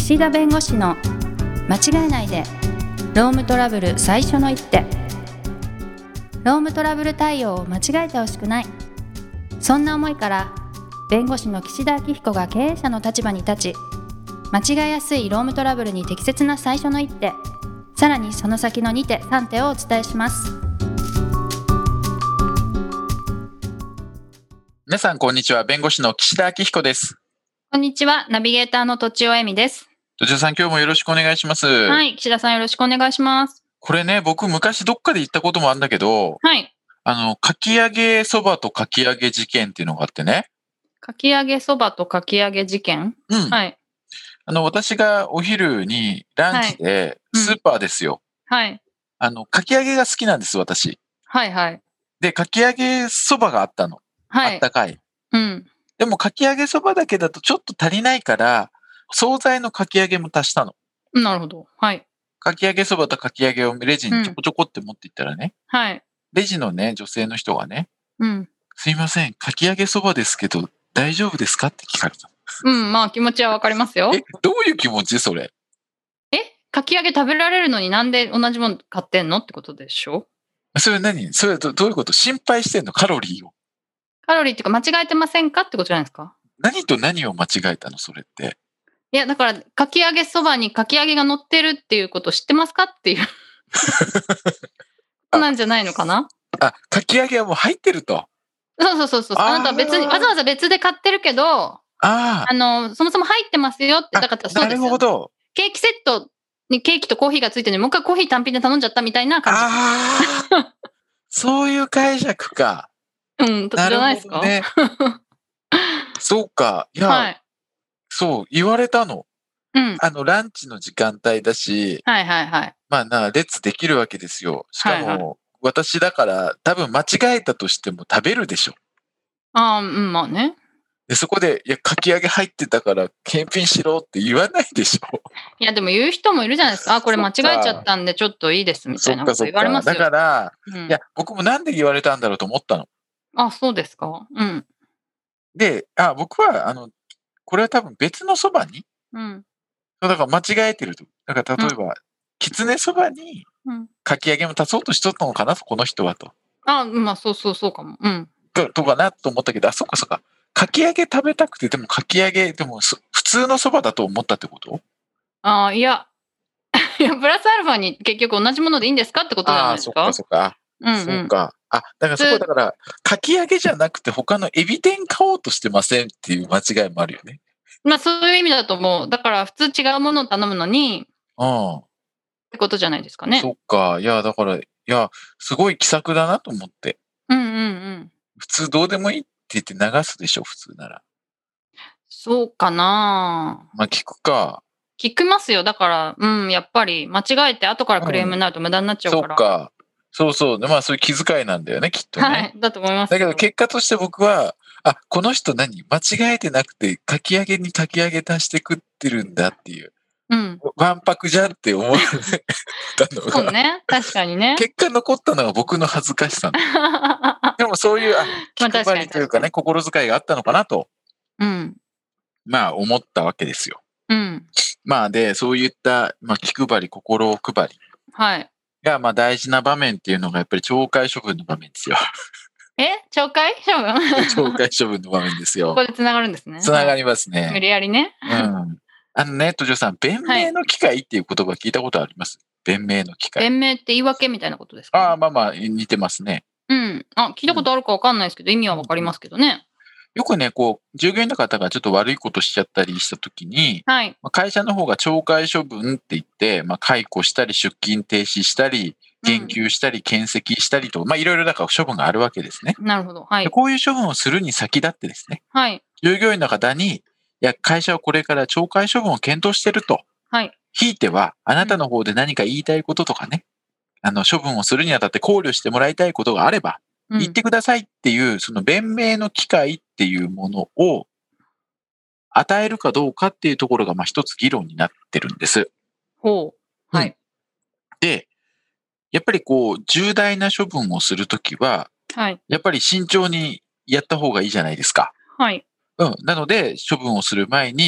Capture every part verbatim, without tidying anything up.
岸田弁護士の間違えないでロームトラブル最初の一手。ロームトラブル対応を間違えてほしくない、そんな思いから弁護士の岸田明彦が経営者の立場に立ち、間違えやすいロームトラブルに適切な最初の一手、さらにその先のに手さん手をお伝えします。 皆さんこんにちは。弁護士の岸田明彦です。 こんにちは。ナビゲーターのとちおえみです。 とちおさん、今日もよろしくお願いします。 はい、岸田さんよろしくお願いします。 これね、僕昔どっかで言ったこともあるんだけど、 はい。 あのかき揚げそばとかき揚げ事件っていうのがあってね。 かき揚げそばとかき揚げ事件。 うん。 はい。 あの私がお昼にランチでスーパーですよ。 はい。うん、 あのかき揚げが好きなんです私。 はいはい。 でかき揚げそばがあったの。はい。あったかい。 うん。 でもかき揚げそばだけだとちょっと足りないから、惣菜のかき揚げも足したの。 なるほど。はい。 かき揚げそばとかき揚げをレジにちょこちょこって持っていったらね、 うん、はい。レジのね、女性の人がね、 うん、 すいません、かき揚げそばですけど大丈夫ですかって聞かれた。 うん、まあ気持ちはわかりますよ。 え、どういう気持ちそれ？ え、かき揚げ食べられるのになんで同じもの買ってんのってことでしょ？ それ何？それどどういうこと？心配してんの？カロリーを。 カロリーっていうか間違えてませんかってことじゃないですか？ 何と何を間違えたのそれって。 いやだからかき揚げそばにかき揚げが乗ってるっていうこと知ってますかっていうなんじゃないのかな。 あ、かき揚げはもう入ってると。 そうそうそうそう。あなたは別にわざわざ別で買ってるけど、ああのそもそも入ってますよって。だからそうですよ。 なるほど。 ケーキセットにケーキとコーヒーがついてるのにもう一回コーヒー単品で頼んじゃったみたいな感じ。 ああそういう解釈か。 うん、じゃないですか。 ね、そうか。いや、はい、そう言われたの。うん、あのランチの時間帯だし、 はいはいはい。 まあな列できるわけですよ。しかも、はいはい、私だから多分間違えたとしても食べるでしょ。 ああ、うん、まあね。 でそこでいやかき揚げ入ってたから検品しろって言わないでしょ。 いやでも言う人もいるじゃないですか。あ、これ間違えちゃったんでちょっといいですみたいなこと言われますよ。 だから、うん、いや僕もなんで言われたんだろうと思ったの。 あ、そうですか。うん。 で、あ、僕はあのこれは多分別のそばに、うん、だから間違えてると。だから例えば、うん、きつねそばにかき揚げも足そうとしとったのかなこの人はと。 あ、まあそうそうそうかも。うん。 と, とかなと思ったけど、あ、そっかそっか。かき揚げ食べたくて、でもかき揚げ、でも普通のそばだと思ったってこと？ ああ、いや、いや、プラスアルファに結局同じものでいいんですかってことじゃないですか。 ああ、そっかそっか。うんうん、そうか。あ、だからそこだから、かき揚げじゃなくて他のエビ天買おうとしてませんっていう間違いもあるよね。 まあそういう意味だと思う。だから普通違うものを頼むのに、うん。ってことじゃないですかね。 そっか。いや、だから、いや、すごい気さくだなと思って。 うんうんうん。 普通どうでもいいって言って流すでしょ、普通なら。 そうかな。 まあ聞くか。 聞きますよ。だから、うん、やっぱり間違えて後からクレームになると無駄になっちゃうから。 うん、そうか。そうそう。まあそういう気遣いなんだよね、きっとね。 はい、だと思います。 だけど結果として僕は、あ、この人何間違えてなくて、かき揚げにかき揚げ足して食ってるんだっていう。うん。わんぱくじゃんって思われたのが。 そうね。確かにね。 結果残ったのが僕の恥ずかしさ。でもそういう、あ、気配りというかね、心遣いがあったのかなと。うん。まあ思ったわけですよ。うん。まあで、そういった、まあ、気配り、心を配り。はい。が、まあ大事な場面っていうのがやっぱり懲戒処分の場面ですよ。 え、懲戒処分？ 懲戒処分の場面ですよ。 ここで繋がるんですね。 繋がりますね。 無理やりね。 うん。あのね、とじょさん、弁明の機会っていう言葉聞いたことあります？弁明の機会。 弁明って言い訳みたいなことですか？ ああ、まあまあ、似てますね。 うん。あ、聞いたことあるかわかんないですけど、うん、意味はわかりますけどね。 よくね、こう、従業員の方がちょっと悪いことしちゃったりしたときに、はい、会社の方が懲戒処分って言って、まあ、解雇したり、出勤停止したり、減給したり、検責したりと、うん、まあ、いろいろだから処分があるわけですね。 なるほど。はい。 こういう処分をするに先立ってですね、はい、従業員の方に、いや、会社はこれから懲戒処分を検討してると。はい。ひいては、あなたの方で何か言いたいこととかね、うん、あの、処分をするにあたって考慮してもらいたいことがあれば、言ってくださいっていう、その弁明の機会っていうものを与えるかどうかっていうところが、まあ一つ議論になってるんです。 ほう。はい。うん、 で、やっぱりこう、重大な処分をするときは、はい。やっぱり慎重にやった方がいいじゃないですか。はい。うん。なので、処分をする前に、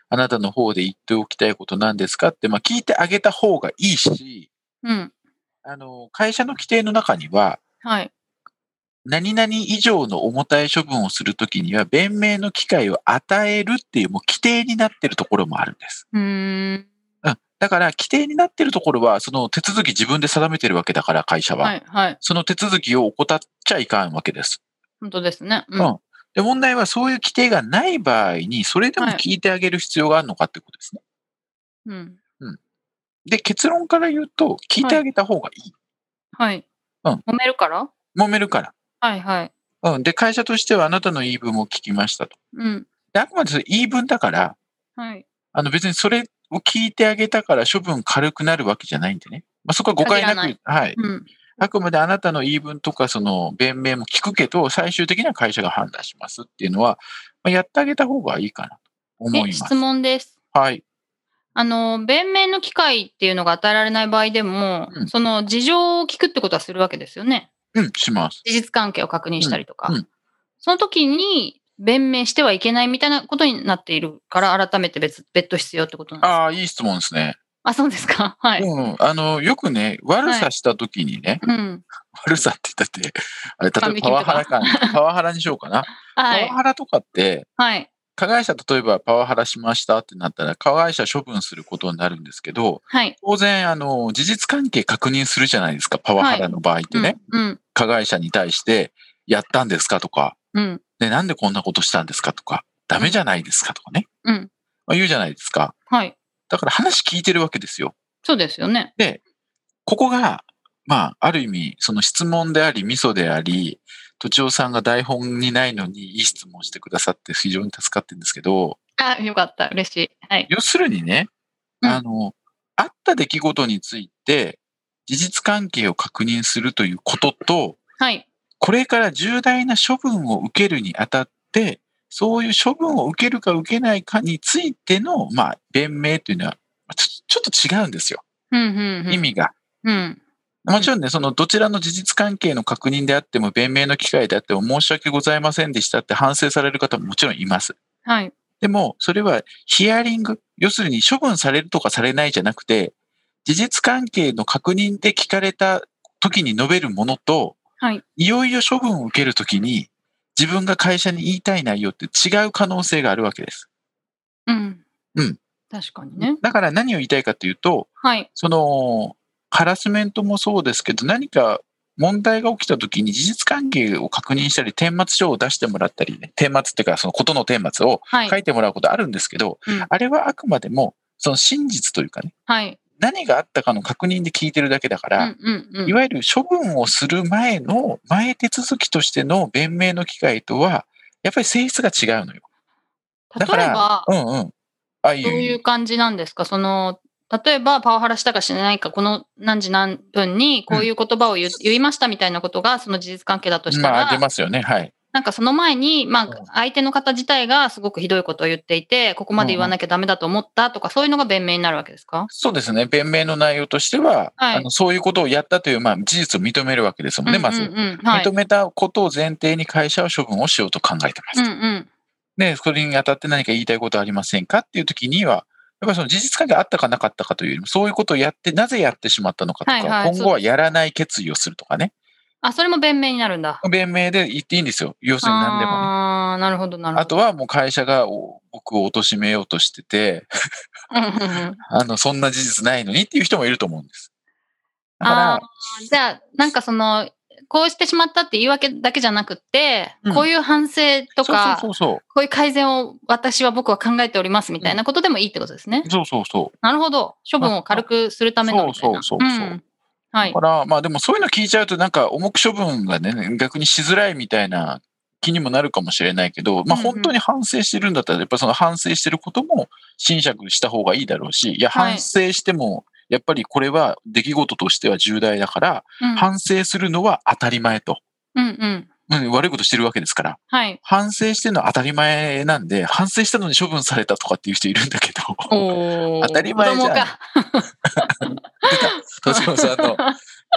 あなたの方で言っておきたいことなんですかって、まあ、聞いてあげた方がいいし、 うん、 あの、会社の規定の中には、 はい。何 々以上の重たい処分をするときには、弁明の機会を与えるっていう、もう規定になってるところもあるんです。 うーん。 うん。だから、規定になってるところは、その手続き自分で定めてるわけだから、会社は。 はい、はい。 その手続きを怠っちゃいかんわけです。 本当ですね。 うん。で、問題はそういう規定がない場合に、それでも聞いてあげる必要があるのかってことですね。 うん。 うん。で、結論から言うと、聞いてあげた方がいい。 はい。 うん。 揉めるから？ 揉めるから。 はいはい。 うん。で、会社としてはあなたの言い分を聞きましたと。 うん。 で、あくまでそれ言い分だから、 はい。 あの別にそれを聞いてあげたから処分軽くなるわけじゃないんでね。まあ、そこは誤解なく、はい。 うん。 あくまであなたの言い分とかその弁明も聞くけど、最終的には会社が判断しますっていうのは、まあ、やってあげた方がいいかなと思います。 質問です。 はい。 あの、弁明の機会っていうのが与えられない場合でも、うん、その事情を聞くってことはするわけですよね。 うん、します。 事実関係を確認したりとか。 うんうん、 その時に弁明してはいけないみたいなことになっているから、改めて別、別途必要ってことなんですか？ ああ、いい質問ですね。 あ、そうですか。はい。 うん、あの、よくね、悪さした時にね、はい、うん、悪さって言ったって、あれ、例えばパワハラか、パワハラにしようかな。はい、パワハラとかって、はい、加害者、例えばパワハラしましたってなったら、加害者処分することになるんですけど、はい、当然、あの、事実関係確認するじゃないですか、パワハラの場合ってね。はい、うんうん、加害者に対して、やったんですかとか、うん、で、なんでこんなことしたんですかとか、ダメじゃないですかとかね。うん、まあ、言うじゃないですか。はい。だから話聞いてるわけですよ。 そうですよね。 で、ここが、まあ、ある意味、その質問であり、ミソであり、とちおさんが台本にないのにいい質問してくださって非常に助かってるんですけど。 あ、よかった。嬉しい。はい。 要するにね、あの、うん、あった出来事について、事実関係を確認するということと、はい。これから重大な処分を受けるにあたって、そういう処分を受けるか受けないかについての、まあ、弁明というのは、ちょっと違うんですよ。 うんうんうん、 意味が。 うん。 もちろんね、そのどちらの事実関係の確認であっても、弁明の機会であっても、申し訳ございませんでしたって反省される方ももちろんいます。 はい。 でも、それはヒアリング、要するに処分されるとかされないじゃなくて、事実関係の確認で聞かれた時に述べるものと、はい、いよいよ処分を受けるときに、自分が会社に言いたい内容って違う可能性があるわけです。 うん。 うん。 確かにね。 だから何を言いたいかというと、はい、その、ハラスメントもそうですけど、何か問題が起きたときに事実関係を確認したり、顛末書を出してもらったりね、顛末っていうか、そのことの顛末を書いてもらうことあるんですけど、はいうん、あれはあくまでも、その真実というかね、はい、何があったかの確認で聞いてるだけだから、うんうんうん、いわゆる処分をする前の、前手続きとしての弁明の機会とは、やっぱり性質が違うのよ。 だから、 うんうん。あ、いいどういう感じなんですか？その、例えばパワハラしたかしないか、この何時何分にこういう言葉を言,、うん、言いましたみたいなことが、その事実関係だとしたら、 まあ出ますよね、はい。 なんかその前に、まあ、相手の方自体がすごくひどいことを言っていて、ここまで言わなきゃダメだと思ったとか、そういうのが弁明になるわけですか？ そうですね。弁明の内容としては、はい、あのそういうことをやったという、まあ、事実を認めるわけですもんね、まず、うんうんうんはい。認めたことを前提に会社は処分をしようと考えてますと。うんうん、で、それにあたって何か言いたいことはありませんかっていう時には、やっぱりその事実関係あったかなかったかというよりも、そういうことをやって、なぜやってしまったのかとか、はいはい、今後はやらない決意をするとかね。 あ、それも弁明になるんだ。 弁明で言っていいんですよ。要するに何でもね。 ああ、なるほど、なるほど。 あとはもう会社が僕を貶めようとしてて、あの、そんな事実ないのにっていう人もいると思うんです。だから。 じゃあ、なんかその、こうしてしまったって言い訳だけじゃなくって、うん、こういう反省とか、そうそうそうそう、こういう改善を私は僕は考えておりますみたいなことでもいいってことですね。 うん、そうそうそう。 なるほど。処分を軽くするためのみたいな。 そうそうそうそう。うんはい、だから、まあでもそういうの聞いちゃうとなんか重く処分がね、逆にしづらいみたいな気にもなるかもしれないけど、まあ本当に反省してるんだったら、やっぱりその反省してることも斟酌した方がいいだろうし、いや反省しても、やっぱりこれは出来事としては重大だから、うん、反省するのは当たり前と。うんうんうん、悪いことしてるわけですから、はい、反省してるのは当たり前なんで、反省したのに処分されたとかっていう人いるんだけど、当たり前じゃん。出た、とちおさんの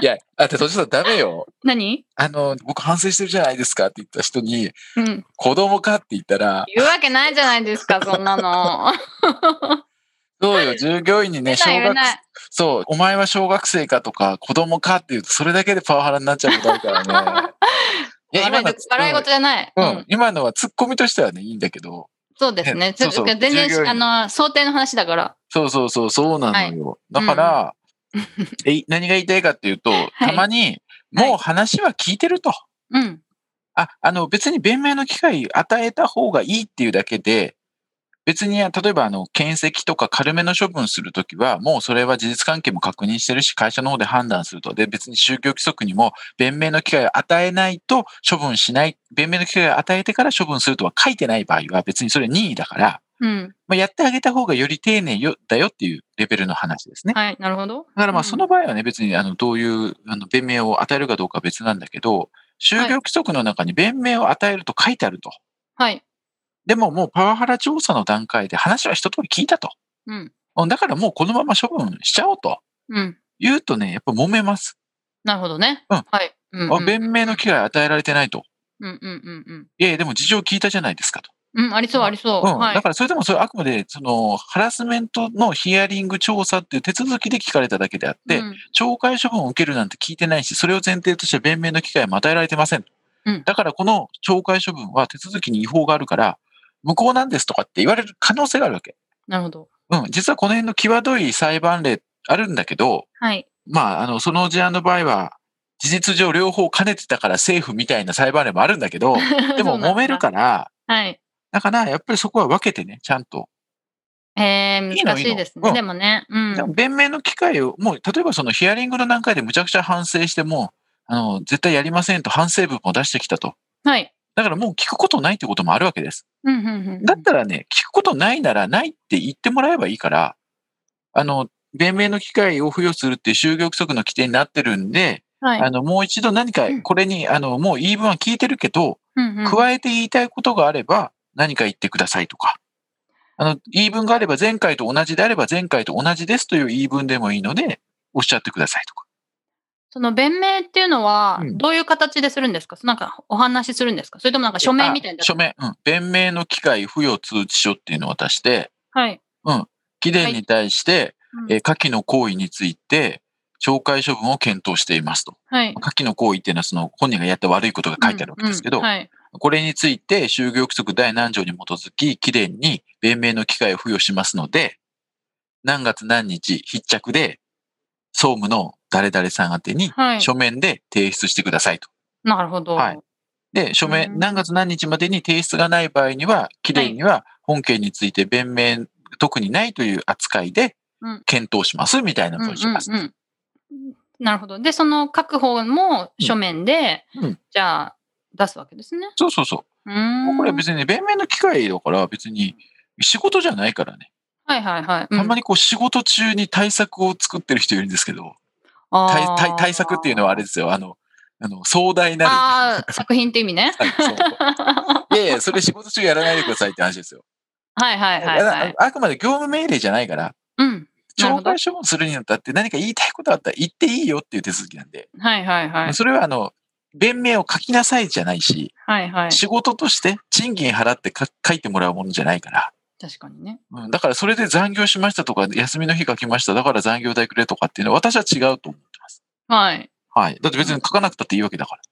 いや、だってそしたらダメよ。 何？ あの、僕反省してるじゃないですかって言った人に、うん、子供かって言ったら。 言うわけないじゃないですか、そんなの。 そうよ、従業員にね、小学、そう、お前は小学生かとか、子供かって言うと、それだけでパワハラになっちゃうことあるからね。 いや、今の笑い事じゃない。 うん、うん、今のはツッコミとしてはね、いいんだけど。 そうですね。そうそう全然、あの、想定の話だから。 そうそうそう、そうなのよ。はい、だから、うん、え、何が言いたいかっていうと、はい、たまに、もう話は聞いてると。うん。あ、あの、別に弁明の機会与えた方がいいっていうだけで、別に、例えば、あの、検責とか軽めの処分するときは、もうそれは事実関係も確認してるし、会社の方で判断すると。で、別に就業規則にも、弁明の機会を与えないと処分しない、弁明の機会を与えてから処分するとは書いてない場合は、別にそれ任意だから、うん、まあ、やってあげた方がより丁寧よだよっていうレベルの話ですね。 はい、なるほど。 だからまあ、その場合はね、別に、あの、どういう、あの、弁明を与えるかどうかは別なんだけど、就業規則の中に弁明を与えると書いてあると。はい。でももうパワハラ調査の段階で話は一通り聞いたと。うん。だからもうこのまま処分しちゃおうと。うん。言うとね、やっぱ揉めます。 なるほどね。 うん。はい。うんうん、弁明の機会与えられてないと。うんうんうんうん。いやいや、でも事情聞いたじゃないですかと。 うん、ありそうありそう。 うん。はい、だからそれでもそれあくまで、その、ハラスメントのヒアリング調査っていう手続きで聞かれただけであって、うん、懲戒処分を受けるなんて聞いてないし、それを前提として弁明の機会も与えられてません。うん。だからこの懲戒処分は手続きに違法があるから、無効なんですとかって言われる可能性があるわけ。 なるほど。 うん。実はこの辺の際どい裁判例あるんだけど、はい。まあ、あの、その事案の場合は、事実上両方兼ねてたからセーフみたいな裁判例もあるんだけど、でも揉めるから、はい。だからやっぱりそこは分けてね、ちゃんと。 えー、難しいですね。うん、でもね。うん。 でも弁明の機会を、もう、例えばそのヒアリングの段階でむちゃくちゃ反省しても、あの、絶対やりませんと反省文も出してきたと。はい。だからもう聞くことないってこともあるわけです。うんうんうん、だったらね、聞くことないならないって言ってもらえばいいから、あの、弁明の機会を付与するっていう就業規則の規定になってるんで、はい、あの、もう一度何かこれに、うん、あの、もう言い分は聞いてるけど、うんうん、加えて言いたいことがあれば何か言ってくださいとか、あの、言い分があれば前回と同じであれば前回と同じですという言い分でもいいので、おっしゃってくださいとか。 その弁明っていうのは、どういう形でするんですか？うん、なんかお話しするんですか？それともなんか書面みたいな。 書面、うん。弁明の機会付与通知書っていうのを渡して、はい。うん。貴殿に対して、はい、えー、下記の行為について、懲戒処分を検討していますと。はい。下記の行為っていうのは、その本人がやった悪いことが書いてあるわけですけど、うんうん、はい。これについて、就業規則第何条に基づき、貴殿に弁明の機会を付与しますので、何月何日必着で、総務の誰々さん宛てに書面で提出してくださいと。 はい、なるほど。はい。 で、書面、何月何日までに提出がない場合には、貴殿には本件について弁明、特にないという扱いで検討しますみたいな文章です。 なるほど。で、その各方も書面で、うんうん、じゃあ出すわけですね。 そうそうそう。うんこれは別に、ね、弁明の機会だから別に仕事じゃないからね。 はいはいはい。 うん、たまにこう仕事中に対策を作ってる人いるんですけど、対, 対, 対策っていうのはあれですよ。あの、あの壮大なる。 ああ、作品って意味ね。 そういやいや、それ仕事中やらないでくださいって話ですよ。 はいはいはい、はい、 あ。あくまで業務命令じゃないから、うん。懲戒処分するにあたって何か言いたいことあったら言っていいよっていう手続きなんで。 はいはいはい。 それはあの、弁明を書きなさいじゃないし、はいはい、仕事として賃金払ってか書いてもらうものじゃないから。 確かにね。 うん、だからそれで残業しましたとか、休みの日書きました、だから残業代くれとかっていうのは私は違うと思ってます。はい。はい。だって別に書かなくたっていいわけだから。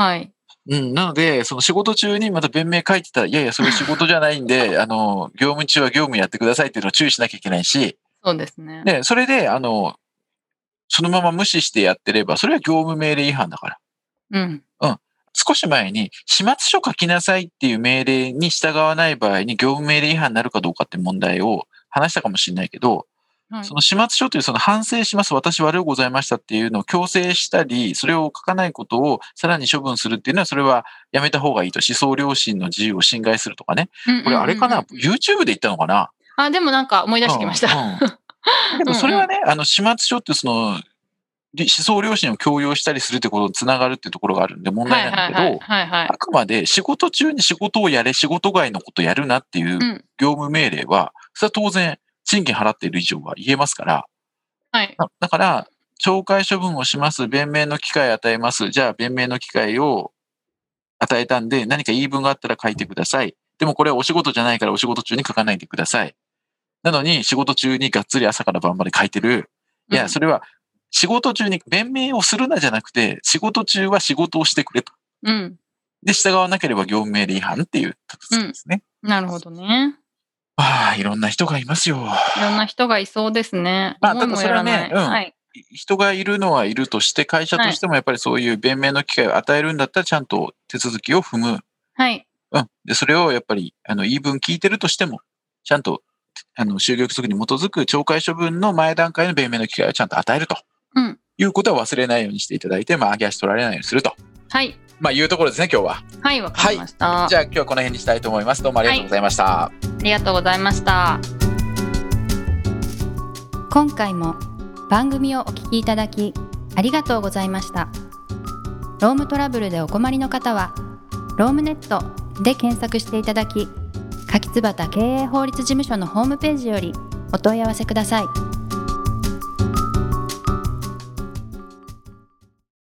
はい。うん。なので、その仕事中にまた弁明書いてたら、いやいや、それ仕事じゃないんで、あの、業務中は業務やってくださいっていうのを注意しなきゃいけないし。 そうですね。 で、それで、あの、そのまま無視してやってれば、それは業務命令違反だから。うん。うん。少し前に、始末書書きなさいっていう命令に従わない場合に業務命令違反になるかどうかって問題を話したかもしれないけど、はい、その始末書というその反省します、私悪いございましたっていうのを強制したり、それを書かないことをさらに処分するっていうのは、それはやめた方がいいと。思想良心の自由を侵害するとかね。これあれかな ?YouTube で言ったのかなあ、でもなんか思い出してきました。うんうん、 でもそれはね、あの、始末書ってその、思想良心を強要したりするってことにつながるっていうところがあるんで問題なんだけど、あくまで仕事中に仕事をやれ、仕事外のことやるなっていう業務命令は、それは当然、賃金払っている以上は言えますから、はい、だから、 懲戒処分をします。弁明の機会与えます。じゃあ、弁明の機会を与えたんで、何か言い分があったら書いてください。でもこれはお仕事じゃないからお仕事中に書かないでください。なのに仕事中にがっつり朝から晩まで書いてる。いや、それは仕事中に弁明をするなじゃなくて、仕事中は仕事をしてくれと。 うん。 で、従わなければ業務命令違反っていう形ですね。 うん、なるほどね。 ああ、いろんな人がいますよ。 いろんな人がいそうですね。 まあ、ただそれはね、うん、はい。人がいるのはいるとして、会社としてもやっぱりそういう弁明の機会を与えるんだったら、ちゃんと手続きを踏む。 はい。 うん。で、それをやっぱり、あの、言い分聞いてるとしても、ちゃんと、あの、就業規則に基づく懲戒処分の前段階の弁明の機会をちゃんと与えると。うん。いうことは忘れないようにしていただいて、まあ、上げ足取られないようにすると。 はい。 まあ、いうところですね、今日は。 はい、わかりました、 はい。じゃあ、今日はこの辺にしたいと思います。どうもありがとうございました。はい、 ありがとうございました。 今回も番組をお聞きいただきありがとうございました。ロームトラブルでお困りの方はロームネットで検索していただき、柿椿経営法律事務所のホームページよりお問い合わせください。